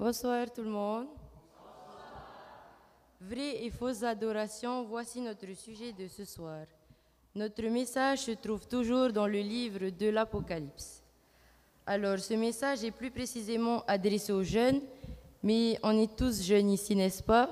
Bonsoir tout le monde. Vraies et fausses adorations, voici notre sujet de ce soir. Notre message se trouve toujours dans le livre de l'Apocalypse. Alors, ce message est plus précisément adressé aux jeunes, mais on est tous jeunes ici, n'est-ce pas?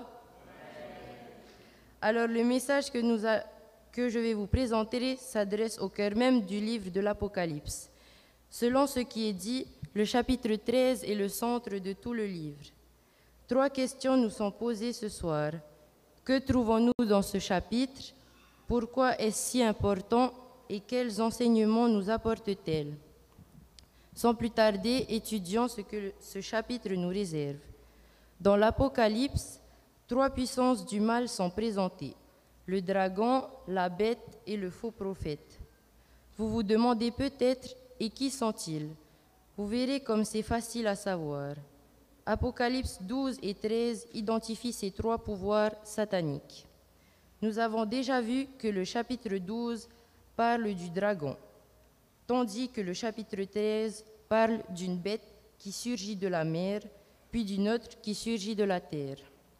Alors, le message que je vais vous présenter s'adresse au cœur même du livre de l'Apocalypse. Selon ce qui est dit, le chapitre 13 est le centre de tout le livre. 3 questions nous sont posées ce soir. Que trouvons-nous dans ce chapitre? Pourquoi est-ce si important et quels enseignements nous apporte-t-elle? Sans plus tarder, étudions ce que ce chapitre nous réserve. Dans l'Apocalypse, 3 puissances du mal sont présentées: le dragon, la bête et le faux prophète. Vous vous demandez peut-être, et qui sont-ils? Vous verrez comme c'est facile à savoir. Apocalypse 12 et 13 identifient ces 3 pouvoirs sataniques. Nous avons déjà vu que le chapitre 12 parle du dragon, tandis que le chapitre 13 parle d'une bête qui surgit de la mer, puis d'une autre qui surgit de la terre.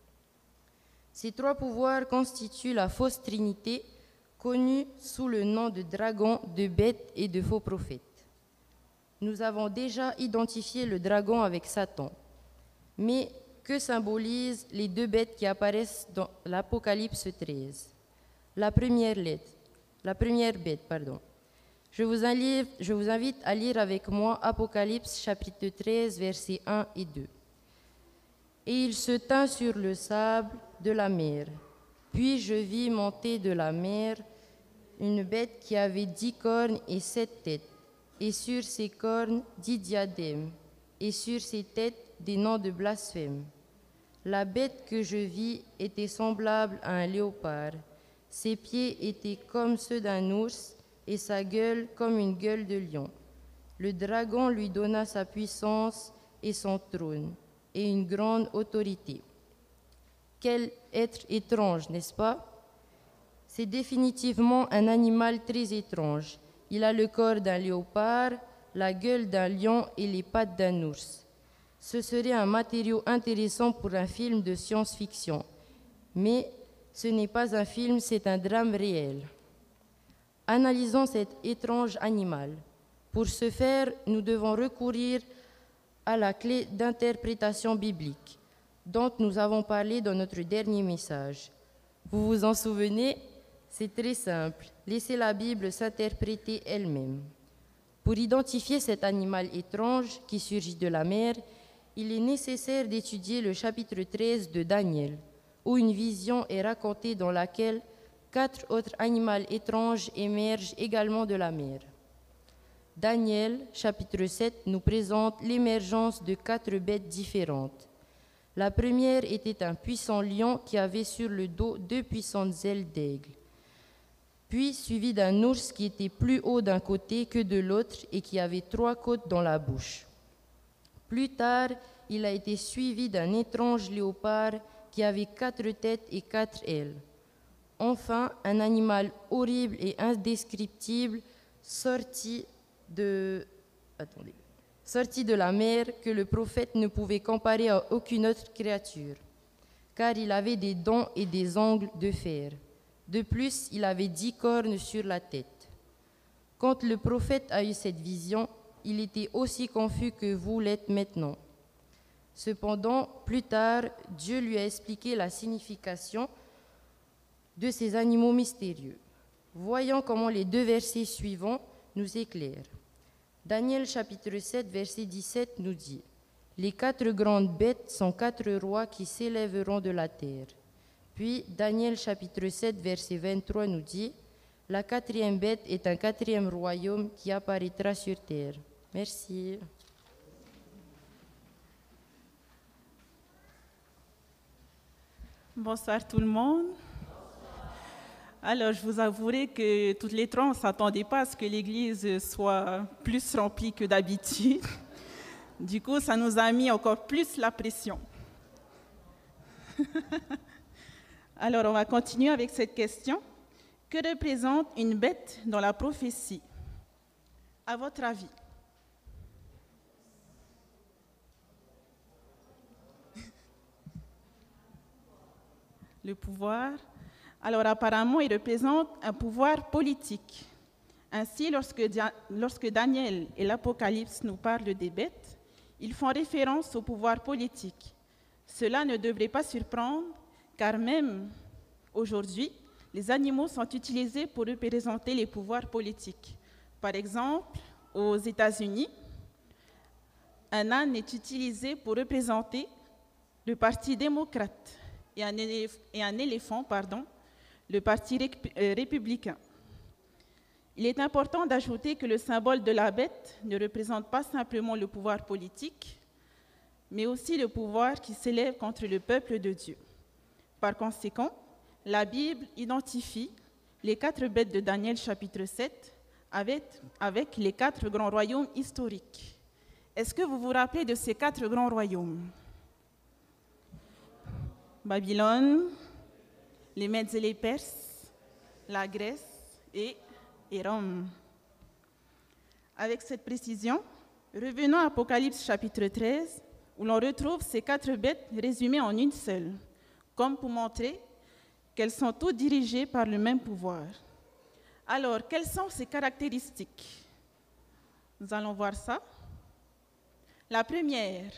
Ces 3 pouvoirs constituent la fausse trinité, connue sous le nom de dragon, de bête et de faux prophète. Nous avons déjà identifié le dragon avec Satan. Mais que symbolisent les 2 bêtes qui apparaissent dans l'Apocalypse 13? La première bête. Je vous invite à lire avec moi Apocalypse chapitre 13, versets 1 et 2. Et il se tint sur le sable de la mer. Puis je vis monter de la mer une bête qui avait 10 cornes et 7 têtes, et sur ses cornes 10 diadèmes, et sur ses têtes des noms de blasphème. La bête que je vis était semblable à un léopard. Ses pieds étaient comme ceux d'un ours, et sa gueule comme une gueule de lion. Le dragon lui donna sa puissance et son trône, et une grande autorité. Quel être étrange, n'est-ce pas? C'est définitivement un animal très étrange. Il a le corps d'un léopard, la gueule d'un lion et les pattes d'un ours. Ce serait un matériau intéressant pour un film de science-fiction. Mais ce n'est pas un film, c'est un drame réel. Analysons cet étrange animal. Pour ce faire, nous devons recourir à la clé d'interprétation biblique, dont nous avons parlé dans notre dernier message. Vous vous en souvenez? C'est très simple. Laissez la Bible s'interpréter elle-même. Pour identifier cet animal étrange qui surgit de la mer, il est nécessaire d'étudier le chapitre 13 de Daniel, où une vision est racontée dans laquelle 4 autres animaux étranges émergent également de la mer. Daniel, chapitre 7, nous présente l'émergence de 4 bêtes différentes. La première était un puissant lion qui avait sur le dos 2 puissantes ailes d'aigle, puis suivi d'un ours qui était plus haut d'un côté que de l'autre et qui avait 3 côtes dans la bouche. Plus tard, il a été suivi d'un étrange léopard qui avait 4 têtes et 4 ailes. Enfin, un animal horrible et indescriptible sorti de la mer que le prophète ne pouvait comparer à aucune autre créature, car il avait des dents et des ongles de fer. De plus, il avait 10 cornes sur la tête. Quand le prophète a eu cette vision, il était aussi confus que vous l'êtes maintenant. Cependant, plus tard, Dieu lui a expliqué la signification de ces animaux mystérieux. Voyons comment les 2 versets suivants nous éclairent. Daniel chapitre 7, verset 17 nous dit: « Les 4 grandes bêtes sont 4 rois qui s'élèveront de la terre. » Puis Daniel chapitre 7, verset 23 nous dit: « La 4e bête est un 4e royaume qui apparaîtra sur terre. » Merci. Bonsoir tout le monde. Alors, je vous avouerai que toutes les 3, on ne s'attendait pas à ce que l'église soit plus remplie que d'habitude. Du coup, ça nous a mis encore plus la pression. Alors, on va continuer avec cette question. Que représente une bête dans la prophétie? À votre avis? le pouvoir. Alors apparemment, il représente un pouvoir politique. Ainsi, lorsque Daniel et l'Apocalypse nous parlent des bêtes, ils font référence au pouvoir politique. Cela ne devrait pas surprendre, car même aujourd'hui, les animaux sont utilisés pour représenter les pouvoirs politiques. Par exemple, aux États-Unis, un âne est utilisé pour représenter le Parti démocrate et un éléphant, le Parti républicain. Il est important d'ajouter que le symbole de la bête ne représente pas simplement le pouvoir politique, mais aussi le pouvoir qui s'élève contre le peuple de Dieu. Par conséquent, la Bible identifie les 4 bêtes de Daniel chapitre 7 avec les 4 grands royaumes historiques. Est-ce que vous vous rappelez de ces 4 grands royaumes? Babylone, les Mèdes et les Perses, la Grèce et Rome. Avec cette précision, revenons à Apocalypse chapitre 13, où l'on retrouve ces 4 bêtes résumées en une seule, comme pour montrer qu'elles sont toutes dirigées par le même pouvoir. Alors, quelles sont ces caractéristiques? Nous allons voir ça. La première,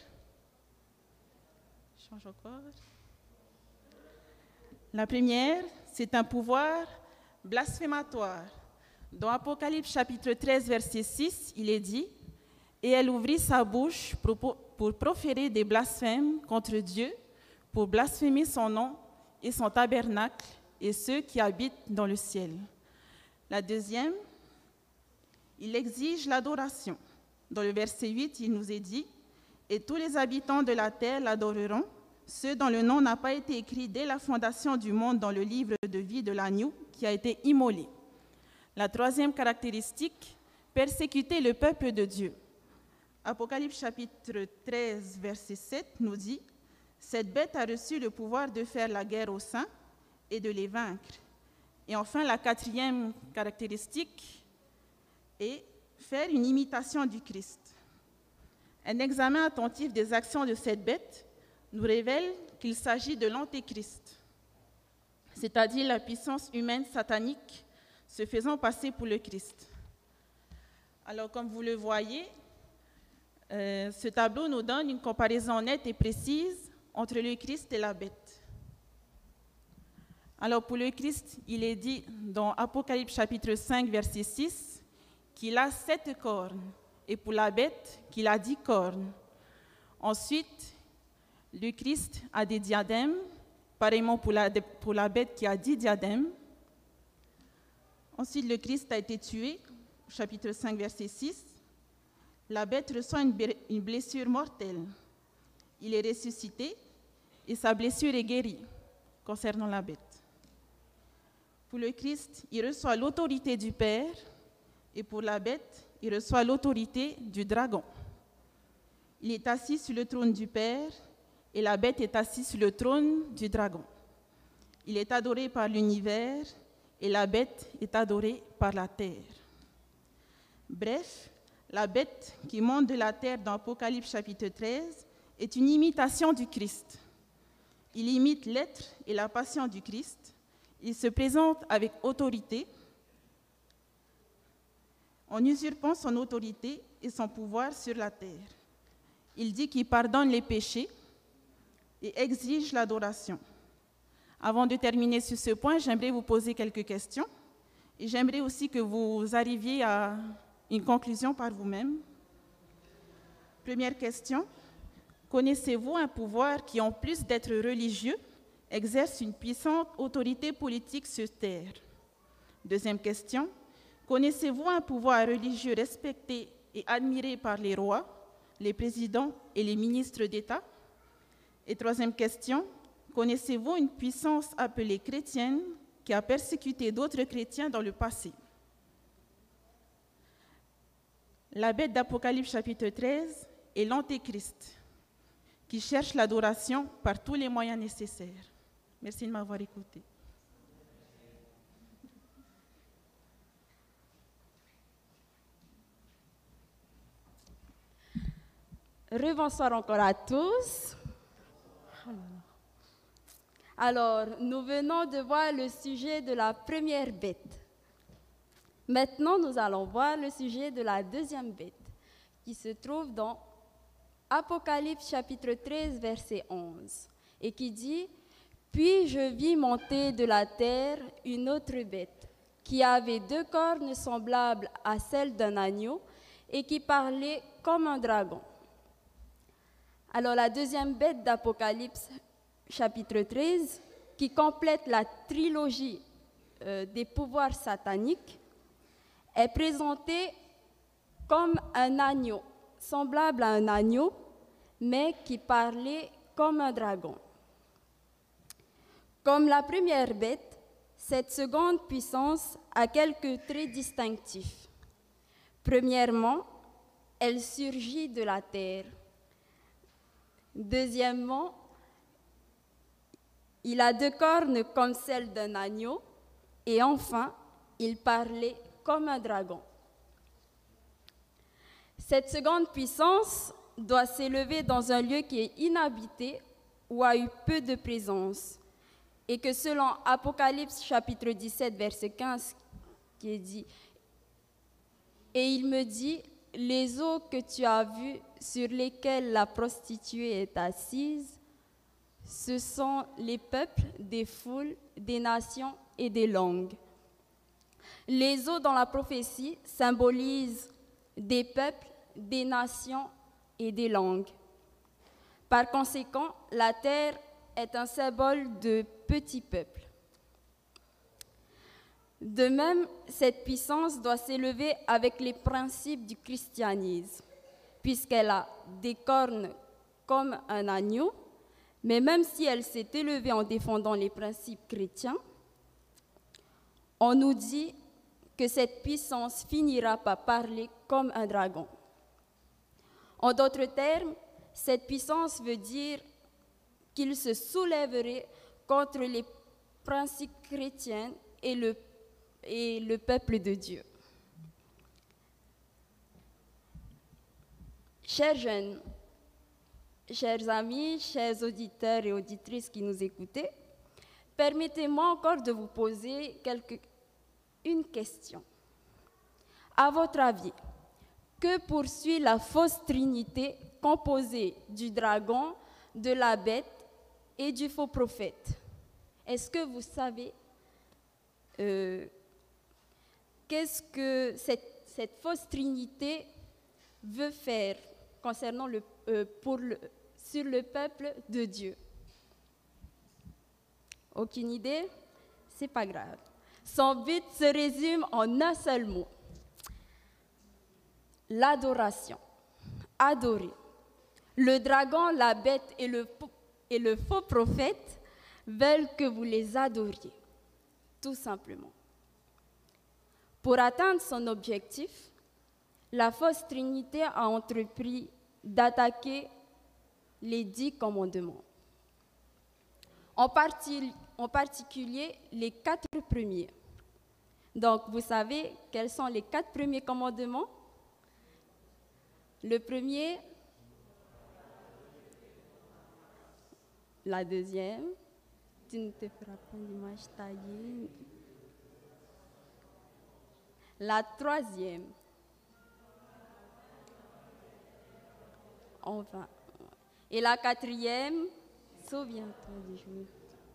c'est un pouvoir blasphématoire. Dans Apocalypse chapitre 13, verset 6, il est dit « Et elle ouvrit sa bouche pour proférer des blasphèmes contre Dieu, pour blasphémer son nom et son tabernacle et ceux qui habitent dans le ciel. » La deuxième, il exige l'adoration. Dans le verset 8, il nous est dit « Et tous les habitants de la terre l'adoreront, ceux dont le nom n'a pas été écrit dès la fondation du monde dans le livre de vie de l'agneau qui a été immolé. » La troisième caractéristique, persécuter le peuple de Dieu. Apocalypse chapitre 13, verset 7 nous dit « Cette bête a reçu le pouvoir de faire la guerre aux saints et de les vaincre. » Et enfin, la quatrième caractéristique est faire une imitation du Christ. Un examen attentif des actions de cette bête nous révèle qu'il s'agit de l'Antéchrist, c'est-à-dire la puissance humaine satanique se faisant passer pour le Christ. Alors, comme vous le voyez, ce tableau nous donne une comparaison nette et précise entre le Christ et la bête. Alors, pour le Christ, il est dit dans Apocalypse chapitre 5, verset 6, qu'il a 7 cornes, et pour la bête, qu'il a 10 cornes. Ensuite, le Christ a des diadèmes, pareillement pour la bête qui a 10 diadèmes. Ensuite, le Christ a été tué, chapitre 5, verset 6. La bête reçoit une blessure mortelle. Il est ressuscité et sa blessure est guérie concernant la bête. Pour le Christ, il reçoit l'autorité du Père et pour la bête, il reçoit l'autorité du dragon. Il est assis sur le trône du Père et la bête est assise sur le trône du dragon. Il est adoré par l'univers et la bête est adorée par la terre. Bref, la bête qui monte de la terre dans Apocalypse chapitre 13 est une imitation du Christ. Il imite l'être et la passion du Christ. Il se présente avec autorité, en usurpant son autorité et son pouvoir sur la terre. Il dit qu'il pardonne les péchés et exige l'adoration. Avant de terminer sur ce point, j'aimerais vous poser quelques questions et j'aimerais aussi que vous arriviez à une conclusion par vous-même. Première question, connaissez-vous un pouvoir qui, en plus d'être religieux, exerce une puissante autorité politique sur terre? Deuxième question, connaissez-vous un pouvoir religieux respecté et admiré par les rois, les présidents et les ministres d'État? Et troisième question, connaissez-vous une puissance appelée chrétienne qui a persécuté d'autres chrétiens dans le passé? La bête d'Apocalypse chapitre 13 est l'Antéchrist, qui cherche l'adoration par tous les moyens nécessaires. Merci de m'avoir écouté. Rebonsoir encore à tous. Alors, nous venons de voir le sujet de la première bête. Maintenant, nous allons voir le sujet de la deuxième bête, qui se trouve dans Apocalypse chapitre 13, verset 11, et qui dit « Puis je vis monter de la terre une autre bête, qui avait 2 cornes semblables à celles d'un agneau, et qui parlait comme un dragon. » Alors la deuxième bête d'Apocalypse, chapitre 13, qui complète la trilogie des pouvoirs sataniques, est présentée comme un agneau, semblable à un agneau, mais qui parlait comme un dragon. Comme la première bête, cette seconde puissance a quelques traits distinctifs. Premièrement, elle surgit de la terre. Deuxièmement, il a 2 cornes comme celles d'un agneau. Et enfin, il parlait comme un dragon. Cette seconde puissance doit s'élever dans un lieu qui est inhabité ou a eu peu de présence. Et que selon Apocalypse chapitre 17, verset 15, qui est dit « Et il me dit, les eaux que tu as vues sur lesquelles la prostituée est assise, ce sont les peuples, des foules, des nations et des langues. » Les eaux dans la prophétie symbolisent des peuples, des nations et des langues. Par conséquent, la terre est un symbole de petits peuples. De même, cette puissance doit s'élever avec les principes du christianisme, puisqu'elle a des cornes comme un agneau, mais même si elle s'est élevée en défendant les principes chrétiens, on nous dit que cette puissance finira par parler comme un dragon. En d'autres termes, cette puissance veut dire qu'il se soulèverait contre les principes chrétiens et le peuple de Dieu. Chers jeunes, chers amis, chers auditeurs et auditrices qui nous écoutez, permettez-moi encore de vous poser une question. À votre avis, que poursuit la fausse trinité composée du dragon, de la bête et du faux prophète? Est-ce que vous savez qu'est-ce que cette fausse trinité veut faire concernant sur le peuple de Dieu? Aucune idée? C'est pas grave. Son but se résume en un seul mot: l'adoration. Adorer. Le dragon, la bête et le faux prophète veulent que vous les adoriez, tout simplement. Pour atteindre son objectif, la fausse trinité a entrepris d'attaquer les 10 commandements. En particulier, les 4 premiers. Donc, vous savez quels sont les 4 premiers commandements? Le premier, la deuxième, tu ne te feras pas d'image taillée. La troisième, enfin. Et la quatrième, souviens-toi du jour.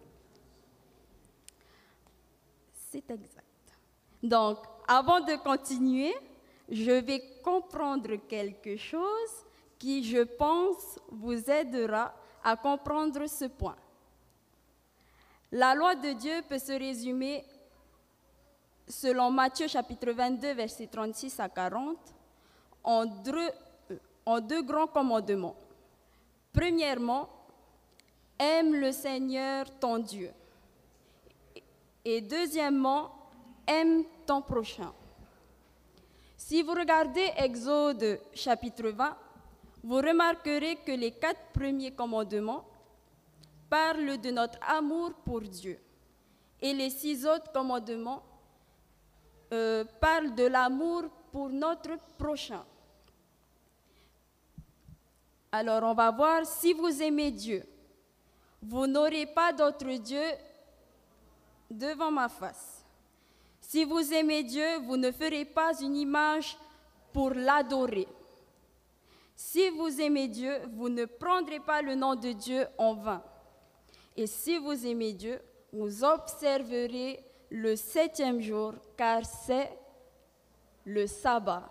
C'est exact. Donc, avant de continuer, je vais comprendre quelque chose qui, je pense, vous aidera à comprendre ce point. La loi de Dieu peut se résumer, selon Matthieu chapitre 22, versets 36 à 40, en 2 grands commandements. Premièrement, aime le Seigneur ton Dieu. Et deuxièmement, aime ton prochain. Si vous regardez Exode chapitre 20, vous remarquerez que les 4 premiers commandements parlent de notre amour pour Dieu. Et les 6 autres commandements parlent de l'amour pour notre prochain. Alors on va voir, si vous aimez Dieu, Vous n'aurez pas d'autre Dieu devant ma face. Si vous aimez Dieu, vous ne ferez pas une image pour l'adorer. Si vous aimez Dieu, vous ne prendrez pas le nom de Dieu en vain. Et si vous aimez Dieu, vous observerez le 7e jour, car c'est le sabbat.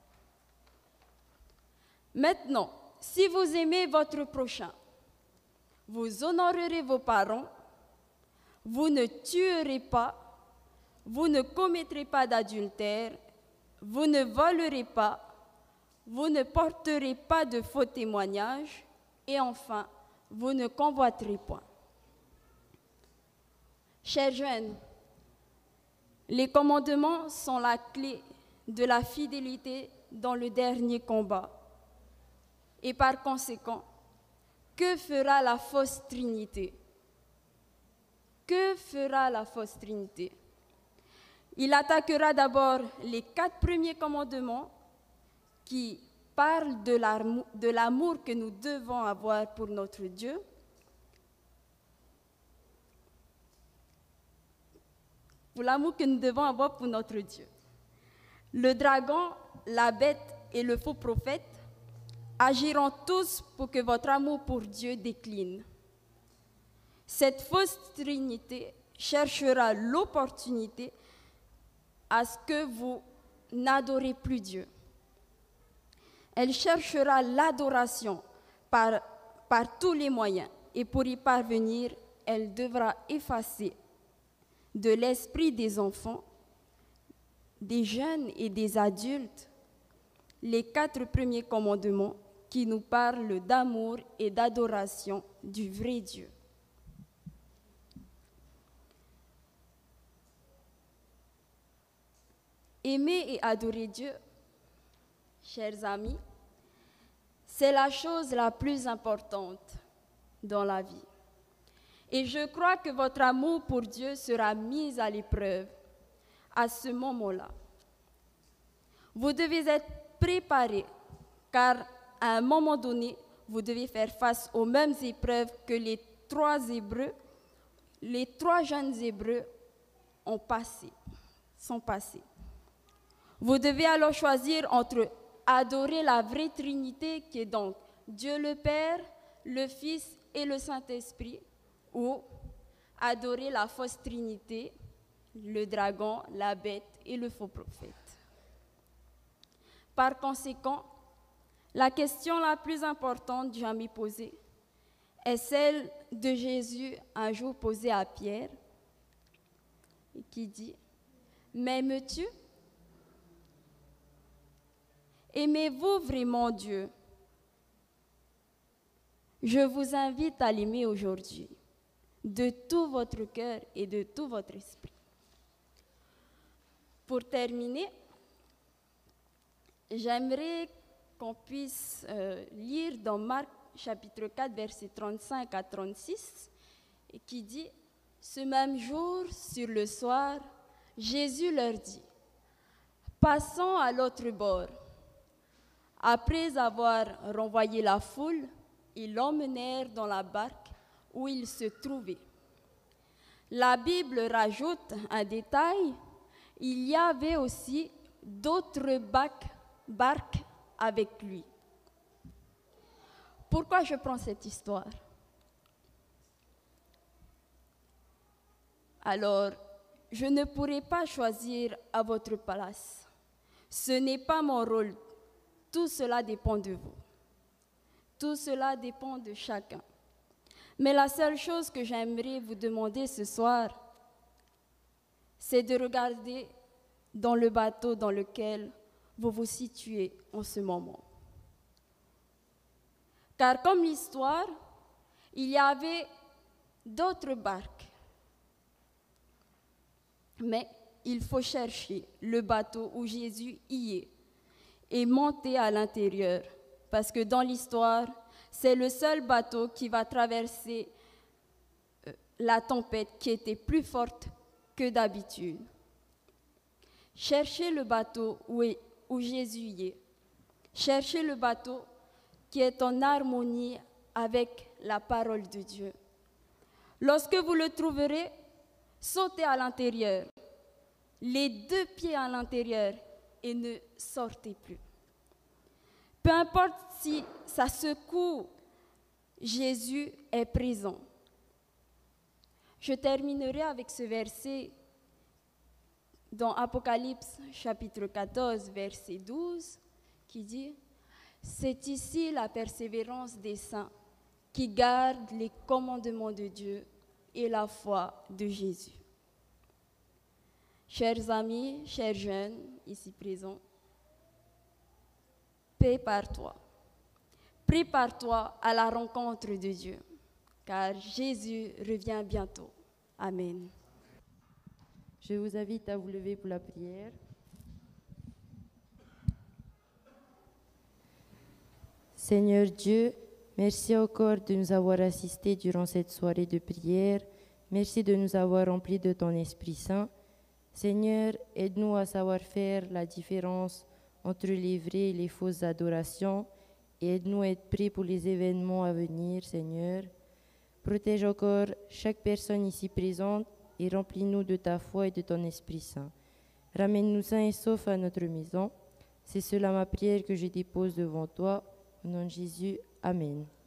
Maintenant, si vous aimez votre prochain, vous honorerez vos parents, vous ne tuerez pas, vous ne commettrez pas d'adultère, vous ne volerez pas, vous ne porterez pas de faux témoignages, et enfin, vous ne convoiterez point. Chers jeunes, les commandements sont la clé de la fidélité dans le dernier combat. Et par conséquent, que fera la fausse Trinité? Que fera la fausse Trinité? Il attaquera d'abord les 4 premiers commandements qui parlent de l'amour que nous devons avoir pour notre Dieu. Pour l'amour que nous devons avoir pour notre Dieu. Le dragon, la bête et le faux prophète agiront tous pour que votre amour pour Dieu décline. Cette fausse Trinité cherchera l'opportunité à ce que vous n'adorez plus Dieu. Elle cherchera l'adoration par tous les moyens, et pour y parvenir, elle devra effacer de l'esprit des enfants, des jeunes et des adultes les 4 premiers commandements qui nous parlent d'amour et d'adoration du vrai Dieu. Aimer et adorer Dieu, chers amis, c'est la chose la plus importante dans la vie. Et je crois que votre amour pour Dieu sera mis à l'épreuve à ce moment-là. Vous devez être préparés, car à un moment donné, vous devez faire face aux mêmes épreuves que les 3 jeunes Hébreux sont passés. Vous devez alors choisir entre adorer la vraie Trinité, qui est donc Dieu le Père, le Fils et le Saint-Esprit, ou adorer la fausse Trinité, le dragon, la bête et le faux prophète. Par conséquent, la question la plus importante jamais posée est celle de Jésus un jour posée à Pierre, qui dit « M'aimes-tu ? Aimez-vous vraiment Dieu ? Je vous invite à l'aimer aujourd'hui, de tout votre cœur et de tout votre esprit. » Pour terminer, j'aimerais qu'on puisse lire dans Marc chapitre 4, versets 35 à 36, qui dit « Ce même jour, sur le soir, Jésus leur dit, « Passons à l'autre bord. » Après avoir renvoyé la foule, ils l'emmenèrent dans la barque où il se trouvait. La Bible rajoute un détail, il y avait aussi d'autres barques avec lui. Pourquoi je prends cette histoire? Alors, je ne pourrai pas choisir à votre place. Ce n'est pas mon rôle. Tout cela dépend de vous. Tout cela dépend de chacun. Mais la seule chose que j'aimerais vous demander ce soir, c'est de regarder dans le bateau dans lequel vous vous situez en ce moment. Car comme l'histoire, il y avait d'autres barques. Mais il faut chercher le bateau où Jésus y est et monter à l'intérieur. Parce que dans l'histoire, c'est le seul bateau qui va traverser la tempête qui était plus forte que d'habitude. Cherchez le bateau où Jésus y est. Cherchez le bateau qui est en harmonie avec la parole de Dieu. Lorsque vous le trouverez, sautez à l'intérieur, les 2 pieds à l'intérieur, et ne sortez plus. Peu importe si ça secoue, Jésus est présent. Je terminerai avec ce verset dans Apocalypse chapitre 14, verset 12, qui dit « C'est ici la persévérance des saints qui gardent les commandements de Dieu et la foi de Jésus. » Chers amis, chers jeunes ici présents, prépare-toi. Prépare-toi à la rencontre de Dieu, car Jésus revient bientôt. Amen. Je vous invite à vous lever pour la prière. Seigneur Dieu, merci encore de nous avoir assistés durant cette soirée de prière. Merci de nous avoir remplis de ton Esprit Saint. Seigneur, aide-nous à savoir faire la différence entre les vraies et les fausses adorations et aide-nous à être prêts pour les événements à venir, Seigneur. Protège encore chaque personne ici présente et remplis-nous de ta foi et de ton Esprit Saint. Ramène-nous sains et saufs à notre maison. C'est cela ma prière que je dépose devant toi. Au nom de Jésus, Amen.